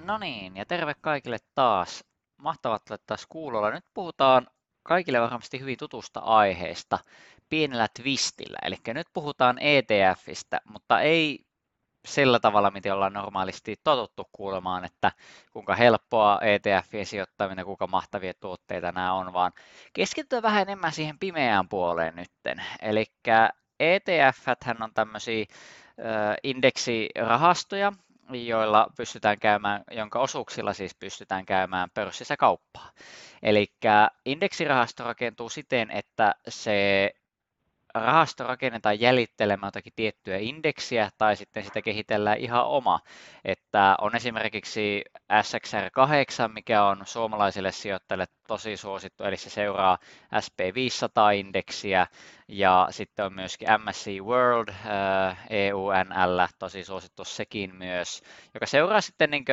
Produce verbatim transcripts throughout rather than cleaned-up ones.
No niin, ja terve kaikille taas. Mahtavaa, että olette taas kuulolla. Nyt puhutaan kaikille varmasti hyvin tutusta aiheesta pienellä twistillä. Eli nyt puhutaan E T Fistä, mutta ei sillä tavalla, miten ollaan normaalisti totuttu kuulemaan, että kuinka helppoa E T Fien sijoittaminen, kuinka mahtavia tuotteita nämä on, vaan keskitytään vähän enemmän siihen pimeään puoleen nytten. Eli E T F-hän on tämmöisiä indeksirahastoja, joilla pystytään käymään, jonka osuuksilla siis pystytään käymään pörssissä kauppaa. Eli indeksirahasto rakentuu siten, että se rahasto rakennetaan jäljittelemään jotakin tiettyä indeksiä tai sitten sitä kehitellään ihan oma. Että on esimerkiksi S X R kahdeksan, mikä on suomalaisille sijoittajille tosi suosittu, eli se seuraa S P viisisataa-indeksiä ja sitten on myöskin M S C I World, E U N L, tosi suosittu sekin myös, joka seuraa sitten niin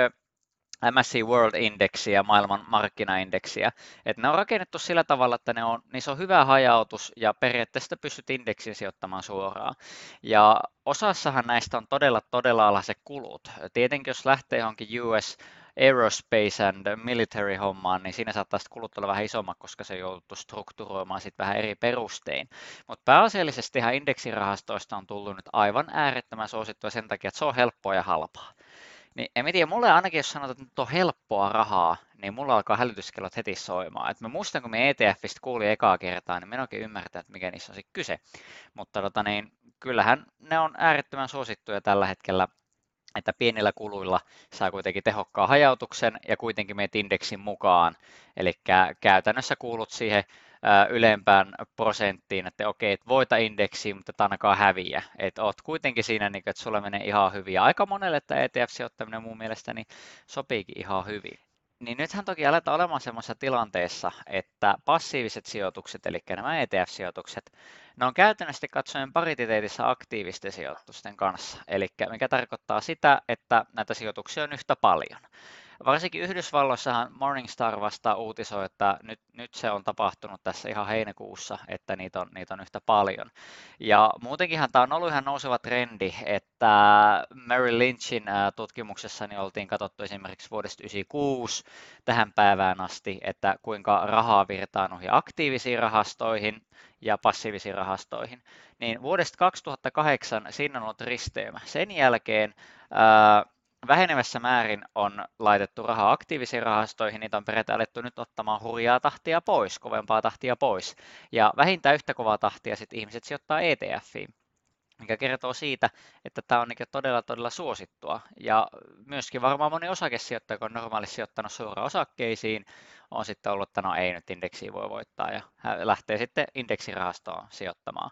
M S C I World-indeksiä, maailman markkinaindeksiä. Et ne on rakennettu sillä tavalla, että ne on, niissä on hyvä hajautus ja periaatteessa pystyt indeksin sijoittamaan suoraan. Ja osassahan näistä on todella, todella alhaiset kulut. Tietenkin jos lähtee johonkin U S Aerospace and Military hommaan, niin siinä saattaa kulut olla vähän isommat, koska se joutuu strukturoimaan sitten vähän eri perustein. Mutta pääasiallisesti ihan indeksirahastoista on tullut nyt aivan äärettömän suosittua sen takia, että se on helppoa ja halpaa. Niin en mä tiedä, mulle ainakin jos sanotaan, että nyt on helppoa rahaa, niin mulla alkaa hälytyskellot heti soimaan. Et mä muistan, kun me E T Fistä kuulin ekaa kertaa, niin mä en oikein ymmärtää, että mikä niissä on sitten kyse. Mutta tota niin, kyllähän ne on äärettömän suosittuja tällä hetkellä, että pienillä kuluilla saa kuitenkin tehokkaan hajautuksen ja kuitenkin meet indeksin mukaan. Eli käytännössä kuulut siihen ylempään prosenttiin, että okei, et voita indeksiin, mutta et ainakaan häviä. Että oot kuitenkin siinä, niin että sulla menee ihan hyvin. Ja aika monelle että E T F-sijoittaminen mun mielestäni sopiikin ihan hyvin. Niin nythän toki aletaan olemaan semmoisessa tilanteessa, että passiiviset sijoitukset, eli nämä E T F-sijoitukset, ne on käytännössä katsoen parititeetissä aktiivisten sijoitusten kanssa. Eli mikä tarkoittaa sitä, että näitä sijoituksia on yhtä paljon. Varsinkin Yhdysvalloissahan Morningstar vasta uutisoi, että nyt, nyt se on tapahtunut tässä ihan heinäkuussa, että niitä on, niitä on yhtä paljon. Ja muutenkinhan tämä on ollut ihan nouseva trendi, että Merrill Lynchin tutkimuksessa niin oltiin katsottu esimerkiksi vuodesta yhdeksänkymmentäkuusi tähän päivään asti, että kuinka rahaa virtaa noihin aktiivisiin rahastoihin ja passiivisiin rahastoihin. Niin vuodesta kaksituhattakahdeksan siinä on ollut risteymä. Sen jälkeen ää, vähenevässä määrin on laitettu rahaa aktiivisiin rahastoihin, niitä on periaatteessa alettu nyt ottamaan hurjaa tahtia pois, kovempaa tahtia pois. Ja vähintään yhtä kovaa tahtia sitten ihmiset sijoittaa E T Fiin, mikä kertoo siitä, että tämä on niin todella, todella suosittua. Ja myöskin varmaan moni osakesijoittaja, kun on normaalisti sijoittanut suoraan osakkeisiin, on sitten ollut, että no ei nyt indeksiä voi voittaa ja lähtee sitten indeksirahastoon sijoittamaan.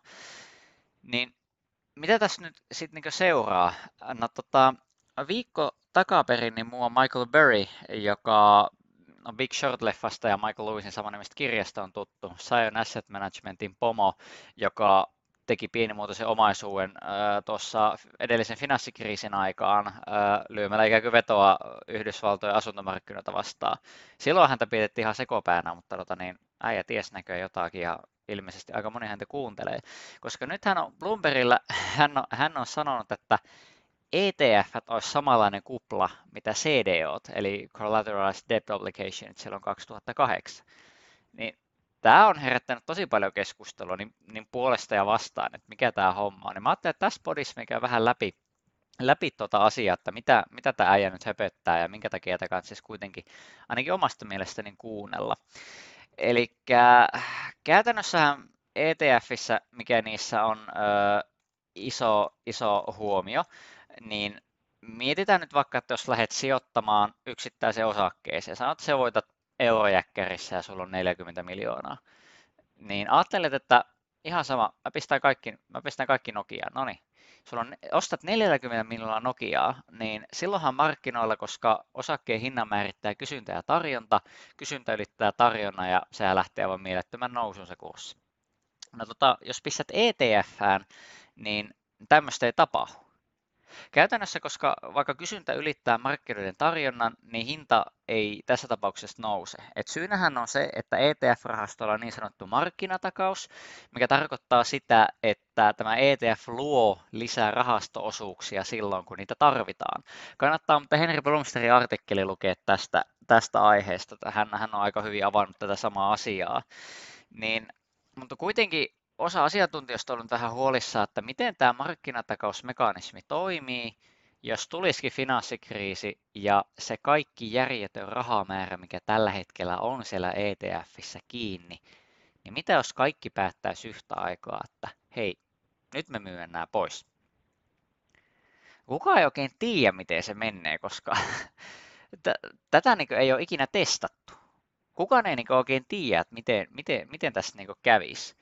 Niin mitä tässä nyt sitten niin seuraa? No tota, viikko takaperin niin muu on Michael Burry, joka on Big Short-leffasta ja Michael Lewisin samanimistä kirjasta on tuttu, Zion Asset Managementin pomo, joka teki pienimuotoisen omaisuuden äh, tuossa edellisen finanssikriisin aikaan äh, lyömällä ikään kuin vetoa Yhdysvaltojen asuntomarkkinoita vastaan. Silloin häntä pidettiin ihan sekopäänä, mutta tota, niin, äijä ties näköjään jotakin ja ilmeisesti aika moni häntä kuuntelee. Koska nyt hän on Bloombergilla, hän on, hän on sanonut, että E T F olisi samanlainen kupla, mitä C D O:t, eli Collateralized Debt Obligations silloin kaksituhattakahdeksan. Niin tämä on herättänyt tosi paljon keskustelua niin, niin puolesta ja vastaan, että mikä tämä homma on. Niin mä ajattelin, että tässä podissa me käy vähän läpi, läpi tuota asiaa, että mitä, mitä tämä äijä nyt höpöttää ja minkä takia tätä kannattaisi kuitenkin ainakin omasta mielestäni kuunnella. Eli käytännössähän E T Fissä, mikä niissä on ö, iso, iso huomio, niin mietitään nyt vaikka, että jos lähdet sijoittamaan yksittäiseen osakkeeseen, sanot, että sä voitat eurojäkkärissä ja sulla on neljäkymmentä miljoonaa, niin ajattelet, että ihan sama, mä pistän kaikki, mä pistän kaikki Nokiaan, no niin, sulla on, ostat neljäkymmentä miljoonaa Nokiaa, niin silloinhan markkinoilla, koska osakkeen hinnan määrittää kysyntä ja tarjonta, kysyntä ylittää tarjonnan ja se lähtee aivan mielettömän nousun se kurssi. No tota, jos pistät E T F:ään, niin tämmöistä ei tapahdu. Käytännössä, koska vaikka kysyntä ylittää markkinoiden tarjonnan, niin hinta ei tässä tapauksessa nouse. Et syynähän on se, että E T F-rahastolla on niin sanottu markkinatakaus, mikä tarkoittaa sitä, että tämä E T F luo lisää rahasto-osuuksia silloin, kun niitä tarvitaan. Kannattaa mutta Henry Blomsterin artikkeli lukea tästä, tästä aiheesta. Hän, hän on aika hyvin avannut tätä samaa asiaa. Niin, mutta kuitenkin osa asiantuntijoista on ollut vähän huolissaan, että miten tämä markkinatakausmekanismi toimii, jos tulisikin finanssikriisi ja se kaikki järjetön rahamäärä, mikä tällä hetkellä on siellä E T F:issä kiinni, niin mitä jos kaikki päättäisi yhtä aikaa, että hei, nyt me myydään nämä pois. Kukaan ei oikein tiedä, miten se menee, koska tätä niin ei ole ikinä testattu. Kukaan ei niin oikein tiedä, että miten, miten, miten tässä niin kävisi.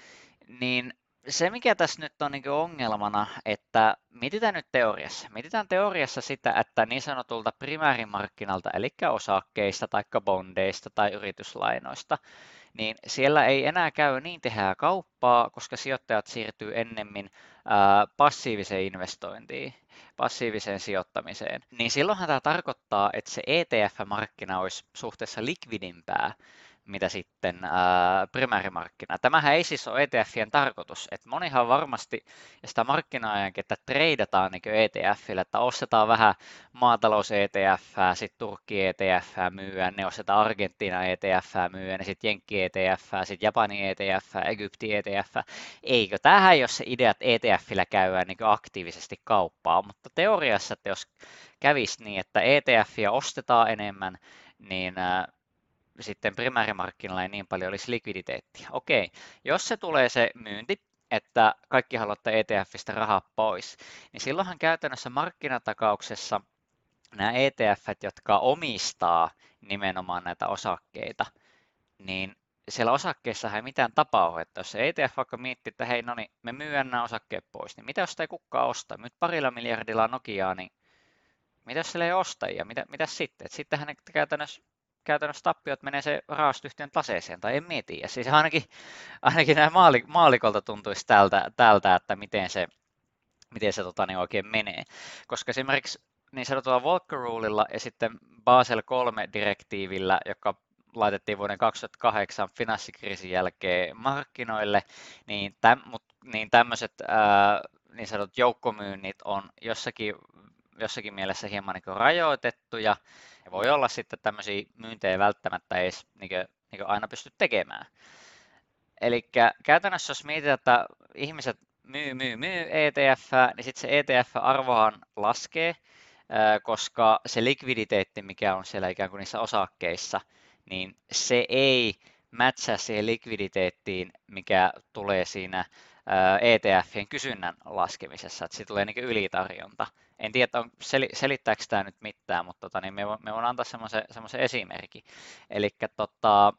Niin se, mikä tässä nyt on niin ongelmana, että mietitään nyt teoriassa. Mietitään teoriassa sitä, että niin sanotulta primäärimarkkinalta, eli osakkeista tai bondeista tai yrityslainoista, niin siellä ei enää käy niin tehää kauppaa, koska sijoittajat siirtyy ennemmin ää, passiiviseen investointiin, passiiviseen sijoittamiseen. Niin silloinhan tämä tarkoittaa, että se E T F-markkina olisi suhteessa likvidimpää, mitä sitten ää, primäärimarkkina. Tämähän ei siis ole E T F:ien tarkoitus, että monihan varmasti ja sitä markkinoijankin, että treidataan niin E T F:illä, että ostetaan vähän maatalous E T F, sitten Turkki E T F myyä, ne ostetaan Argentiina E T F myyä, ne sitten Jenkki E T F, sitten Japani E T F, Egypti E T F. Eikö? Tämähän ei ole se idea, että E T F:illä käydään niin aktiivisesti kauppaa, mutta teoriassa, että jos kävisi niin, että E T F:ia ostetaan enemmän, niin sitten primäärimarkkinoilla ei niin paljon olisi likviditeettiä. Okei, jos se tulee se myynti, että kaikki haluatte E T F:istä rahaa pois, niin silloinhan käytännössä markkinatakauksessa nämä E T F:t, jotka omistaa nimenomaan näitä osakkeita, niin siellä osakkeissa ei mitään tapahdu, että jos se E T F vaikka miettii, että hei, no niin, me myydään nämä osakkeet pois, niin mitä jos sitä ei kukaan osta? Nyt parilla miljardilla Nokiaa, niin mitä jos siellä ei ostajia? Mitä, mitä sitten? Et sittenhän ne käytännössä käytännössä tappiot menee se rahastoyhtiön taseeseen, tai en mieti. Ja siis ainakin, ainakin näin maali, maalikolta tuntuisi tältä, tältä että miten se, miten se tota, niin oikein menee. Koska esimerkiksi niin sanotulla Volcker Rulella ja sitten Basel kolme direktiivillä, joka laitettiin vuoden kaksituhattakahdeksan finanssikriisin jälkeen markkinoille, niin, täm, mut, niin tämmöiset ää, niin sanotut joukkomyynnit on jossakin jossakin mielessä hieman niin rajoitettuja, ja voi olla sitten tämmöisiä myyntejä välttämättä ei edes niin kuin, niin kuin aina pysty tekemään. Eli käytännössä jos mietitään, että ihmiset myy, myy, myy E T F, niin sitten se E T F-arvohan laskee, koska se likviditeetti, mikä on siellä ikään kuin niissä osakkeissa, niin se ei matchaa siihen likviditeettiin, mikä tulee siinä E T F:ien kysynnän laskemisessa, että siitä tulee niin ylitarjonta. En tiedä, on, selittääkö tämä nyt mitään, mutta tota, niin me, me voin antaa semmoisen esimerkin. Eli tota,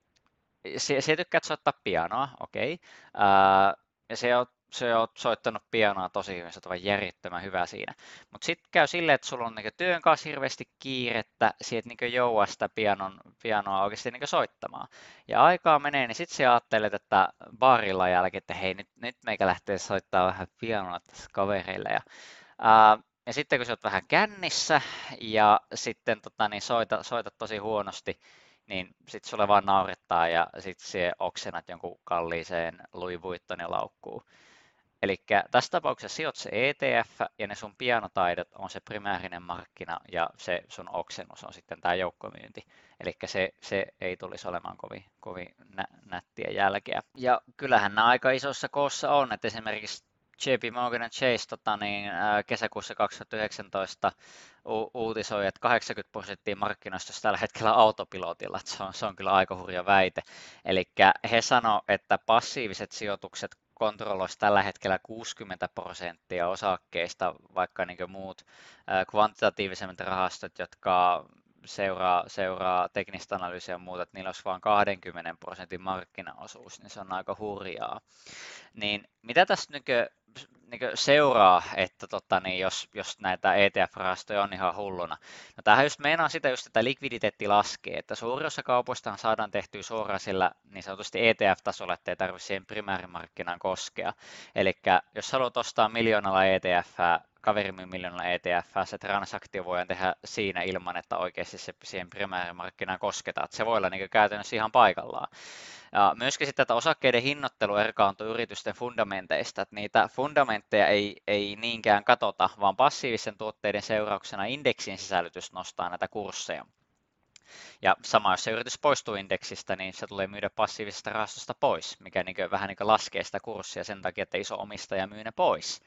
se, se tykkäät soittaa pianoa, okei. Okay. Ja se on, se on soittanut pianoa tosi hyvin, se on järjettömän hyvä siinä. Mutta sitten käy silleen, että sulla on niinku työn kanssa hirveästi kiirettä, sieltä niinku jouaa sitä pianon, pianoa oikeasti niinku soittamaan. Ja aikaa menee, niin sitten sä ajattelet, että baarilla jälkeen, että hei, nyt, nyt meikä lähtee soittaa vähän pianoa tässä kavereille. Ja, ää, ja sitten kun sä oot vähän kännissä ja sitten tota, niin soita, soitat tosi huonosti, niin sitten sulle vaan naurettaa ja sitten se oksennat jonkun kalliiseen Louis Vuittonin laukkuun. Eli tässä tapauksessa sijoit se E T F ja ne sun pianotaidot on se primäärinen markkina ja se sun oksennus on sitten tämä joukkomyynti. Eli se, se ei tulisi olemaan kovin, kovin nä, nättiä jälkeä. Ja kyllähän nämä aika isossa koossa on, että esimerkiksi J P Morgan Chase tota, niin, kesäkuussa kaksituhattayhdeksäntoista u- uutisoi, että kahdeksankymmentä prosenttia markkinoista tällä hetkellä autopilotilla. Se on, se on kyllä aika hurja väite. Eli he sanoivat, että passiiviset sijoitukset kontrolloisi tällä hetkellä kuusikymmentä prosenttia osakkeista, vaikka niin muut kvantitatiivisemmat rahastot, jotka seuraa, seuraa teknistä analyysiä ja muuta, että niillä olisi vain kaksikymmentä prosentin markkinaosuus, niin se on aika hurjaa. Niin mitä tässä niin niin seuraa, että tota, niin jos, jos näitä E T F-rahastoja on ihan hulluna? No tämähän just meinaa sitä just, että likviditeetti laskee, että suurin osa kaupoistahan saadaan tehtyä suoraan sillä niin sanotusti E T F-tasolla, ettei tarvitse siihen primäärimarkkinaan koskea. Eli jos haluat ostaa miljoonalla E T F kaveri myy miljoonalla E T F, se transaktio voidaan tehdä siinä ilman, että oikeasti se siihen primäärimarkkinaan kosketaan. Että se voi olla niin käytännössä ihan paikallaan. Ja myöskin sitten, että osakkeiden hinnoittelu erkaantuu yritysten fundamenteista, että niitä fundamentteja ei, ei niinkään katota, vaan passiivisen tuotteiden seurauksena indeksin sisällytys nostaa näitä kursseja. Ja sama, jos se yritys poistuu indeksistä, niin se tulee myydä passiivisesta rahastosta pois, mikä niin vähän niin laskee sitä kurssia sen takia, että iso omistaja myy ne pois.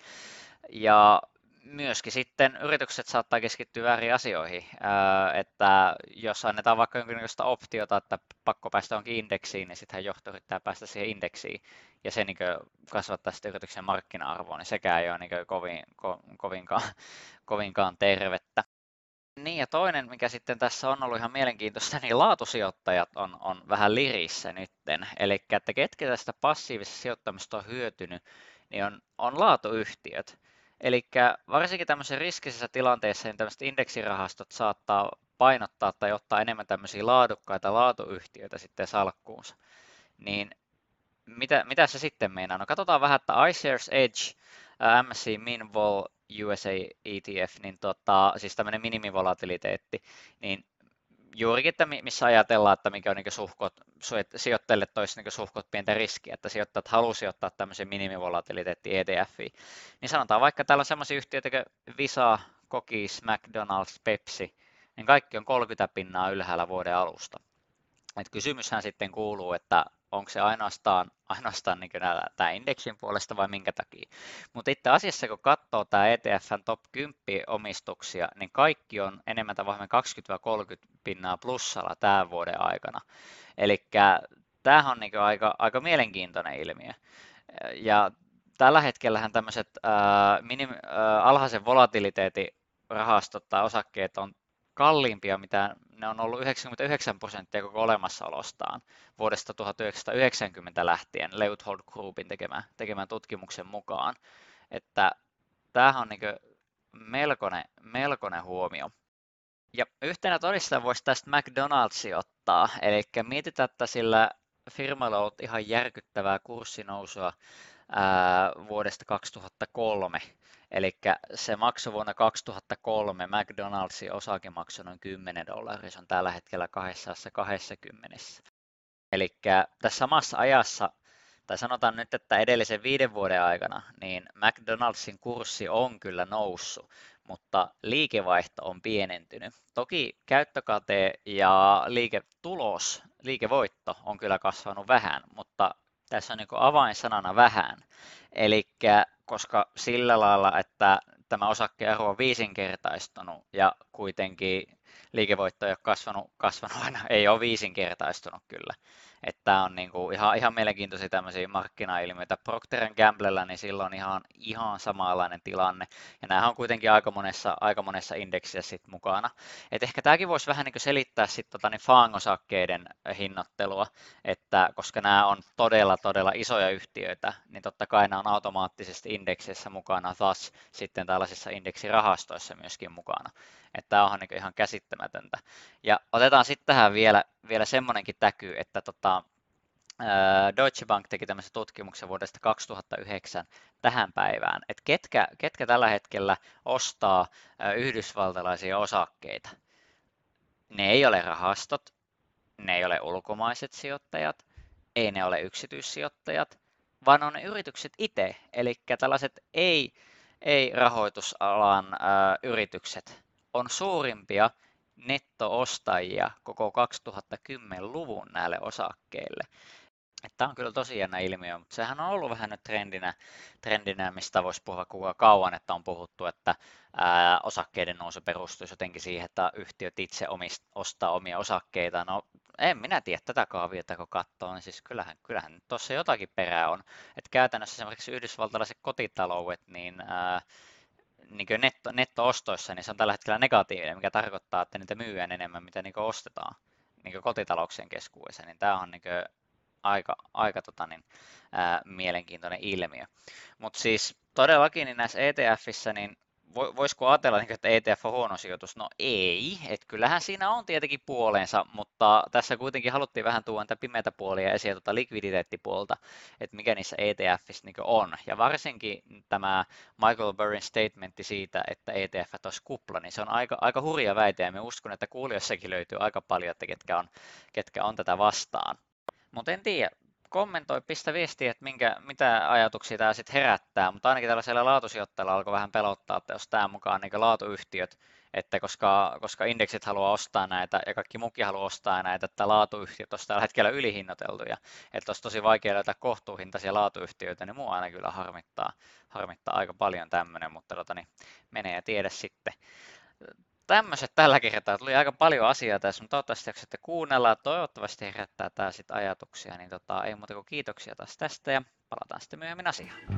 Ja myöskin sitten yritykset saattaa keskittyä väärin asioihin, että jos annetaan vaikka jonkinlaista optiota, että pakko päästä johonkin indeksiin, niin sittenhän johto yrittää päästä siihen indeksiin, ja se niin kasvattaa sitten yrityksen markkina-arvoa, niin sekään ei ole niin kovin, ko, kovinkaan, kovinkaan tervettä. Niin ja toinen, mikä sitten tässä on ollut ihan mielenkiintoista, niin laatusijoittajat on, on vähän lirissä nytten. Eli että ketkä tästä passiivisesta sijoittamista on hyötynyt, niin on, on laatuyhtiöt. Eli varsinkin tämmöisessä riskisessä tilanteessa niin tämmöiset indeksirahastot saattaa painottaa tai ottaa enemmän tämmöisiä laadukkaita laatuyhtiöitä sitten salkkuunsa. Niin mitä, mitä se sitten meinaa? No katsotaan vähän, että iShares Edge, M S C I Min Vol U S A E T F, niin tota, siis tämmöinen minimivolatiliteetti, niin juurikin, että missä ajatellaan, että mikä on niin suhkot, sijoittajille toisi niin suhkot pientä riskiä, että sijoittajat haluaisivat sijoittaa tämmöisen minimivolatiliteetti E T Fiin, niin sanotaan vaikka täällä on sellaisia yhtiöitä kuin Visa, Kokis, McDonald's, Pepsi, niin kaikki on kolmekymmentä pinnaa ylhäällä vuoden alusta. Et kysymyshän sitten kuuluu, että onko se ainoastaan, ainoastaan niin tämä indeksin puolesta vai minkä takia. Mutta itse asiassa kun katsoo tämä E T F:n top kymmenen omistuksia, niin kaikki on enemmän tai vähemmän kaksikymmentä kolmekymmentä pinnaa plussalla tämän vuoden aikana. Eli tämähän on niin aika, aika mielenkiintoinen ilmiö. Ja tällä hetkellähän tämmöiset ää, minim, ää, alhaisen volatiliteetin rahastot tai osakkeet on kalliimpia, mitä ne on ollut yhdeksänkymmentäyhdeksän prosenttia koko olemassaolostaan vuodesta tuhatyhdeksänsataayhdeksänkymmentä lähtien Leuthold Groupin tekemän, tekemän tutkimuksen mukaan. Että tämähän on niin melkoinen, melkoinen huomio. Ja yhtenä todistajana voisi tästä McDonald'sia ottaa, eli mietitään, että sillä firmalla on ollut ihan järkyttävää kurssinousua ää, vuodesta kaksituhattakolme. Eli se maksoi vuonna kaksituhattakolme, McDonald'sin osake maksoi noin kymmenen dollaria, se on tällä hetkellä kaksisataakaksikymmentä. Eli tässä samassa ajassa, tai sanotaan nyt, että edellisen viiden vuoden aikana, niin McDonald'sin kurssi on kyllä noussut, mutta liikevaihto on pienentynyt. Toki käyttökate ja liiketulos, liikevoitto on kyllä kasvanut vähän, mutta tässä on niin kuin avainsanana vähän. Eli koska sillä lailla, että tämä osakkeen arvo on viisinkertaistunut ja kuitenkin liikevoitto ei ole kasvanut, kasvanut aina, ei ole viisinkertaistunut kyllä. Että tämä on niinku ihan, ihan mielenkiintoisia tämmöisiä markkinailmiöitä. Procter and Gamblella, niin silloin on ihan, ihan samanlainen tilanne. Ja nämä on kuitenkin aika monessa, aika monessa indeksissä sit mukana. Et ehkä tämäkin voisi vähän niinku selittää sit tota, niin Fang-osakkeiden hinnoittelua, että koska nämä on todella, todella isoja yhtiöitä, niin totta kai nämä on automaattisesti indeksissä mukana, taas sitten tällaisissa indeksirahastoissa myöskin mukana. Että tämä on niin ihan käsittämätöntä. Ja otetaan sitten tähän vielä, vielä semmoinenkin täky, että tota, Deutsche Bank teki tämmöisen tutkimuksen vuodesta kaksituhattayhdeksän tähän päivään, että ketkä, ketkä tällä hetkellä ostaa yhdysvaltalaisia osakkeita. Ne ei ole rahastot, ne ei ole ulkomaiset sijoittajat, ei ne ole yksityissijoittajat, vaan on ne yritykset itse, eli tällaiset ei, ei-rahoitusalan ää, yritykset on suurimpia nettoostajia koko kaksituhattakymmenluvun näille osakkeille. Tämä on kyllä tosi jännä ilmiö, mutta sehän on ollut vähän nyt trendinä, trendinä mistä voisi puhua kuinka kauan, että on puhuttu, että ää, osakkeiden nousu perustuisi jotenkin siihen, että yhtiöt itse omist, ostaa omia osakkeita. No en minä tiedä tätä kaaviota, kun katsoo, niin siis kyllähän, kyllähän tuossa jotakin perää on. Että käytännössä esimerkiksi yhdysvaltalaiset kotitaloudet, niin ää, niin netto, netto-ostoissa, niin se on tällä hetkellä negatiivinen, mikä tarkoittaa, että niitä myydään enemmän, mitä niin ostetaan niin kotitalouksien keskuudessa. Niin tämä on niin aika, aika tota niin, ää, mielenkiintoinen ilmiö. Mutta siis todellakin niin näissä E T Fissä niin voisiko ajatella, niin että E T F on huono sijoitus? No ei, että kyllähän siinä on tietenkin puoleensa, mutta tässä kuitenkin haluttiin vähän tuoda niitä pimeitä puolia esiin tuota likviditeettipuolta, että mikä niissä E T F:issä niin on. Ja varsinkin tämä Michael Burrin statementti siitä, että E T F olisi kupla, niin se on aika, aika hurja väite, ja me uskon, että kuulijoissakin löytyy aika paljon, että ketkä on, ketkä on tätä vastaan. Mutta en tiedä, kommentoi, pistä viestiä, että minkä, mitä ajatuksia tämä sitten herättää, mutta ainakin tällaisella laatusijoittajalla alkoi vähän pelottaa, että jos tämä mukaan niin laatuyhtiöt, että koska, koska indeksit haluaa ostaa näitä ja kaikki muukin haluaa ostaa näitä, että laatuyhtiöt on tällä hetkellä ylihinnoiteltuja, että olisi tosi vaikea löytää kohtuuhintaisia laatuyhtiöitä, niin mua aina kyllä harmittaa, harmittaa aika paljon tämmöinen, mutta tota, niin menee ja tiedä sitten. Tämmöiset tällä kertaa. Tuli aika paljon asiaa tässä, mutta toivottavasti jaksatte kuunnella. Toivottavasti herättää tämä sitten ajatuksia. Niin tota, ei muuta kuin kiitoksia taas tästä ja palataan sitten myöhemmin asiaan.